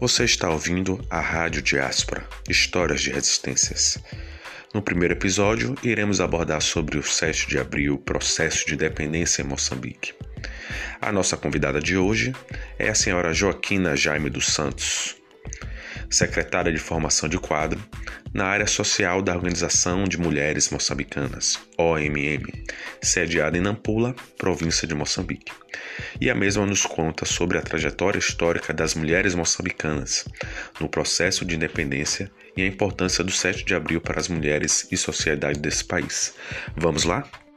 Você está ouvindo a Rádio Diáspora, Histórias de Resistências. No primeiro episódio, iremos abordar sobre o 7 de abril, processo de independência em Moçambique. A nossa convidada de hoje é a senhora Joaquina Jaime dos Santos, secretária de Formação de Quadro na área social da Organização de Mulheres Moçambicanas, OMM, sediada em Nampula, província de Moçambique. E a mesma nos conta sobre a trajetória histórica das mulheres moçambicanas no processo de independência e a importância do 7 de abril para as mulheres e sociedade desse país. Vamos lá?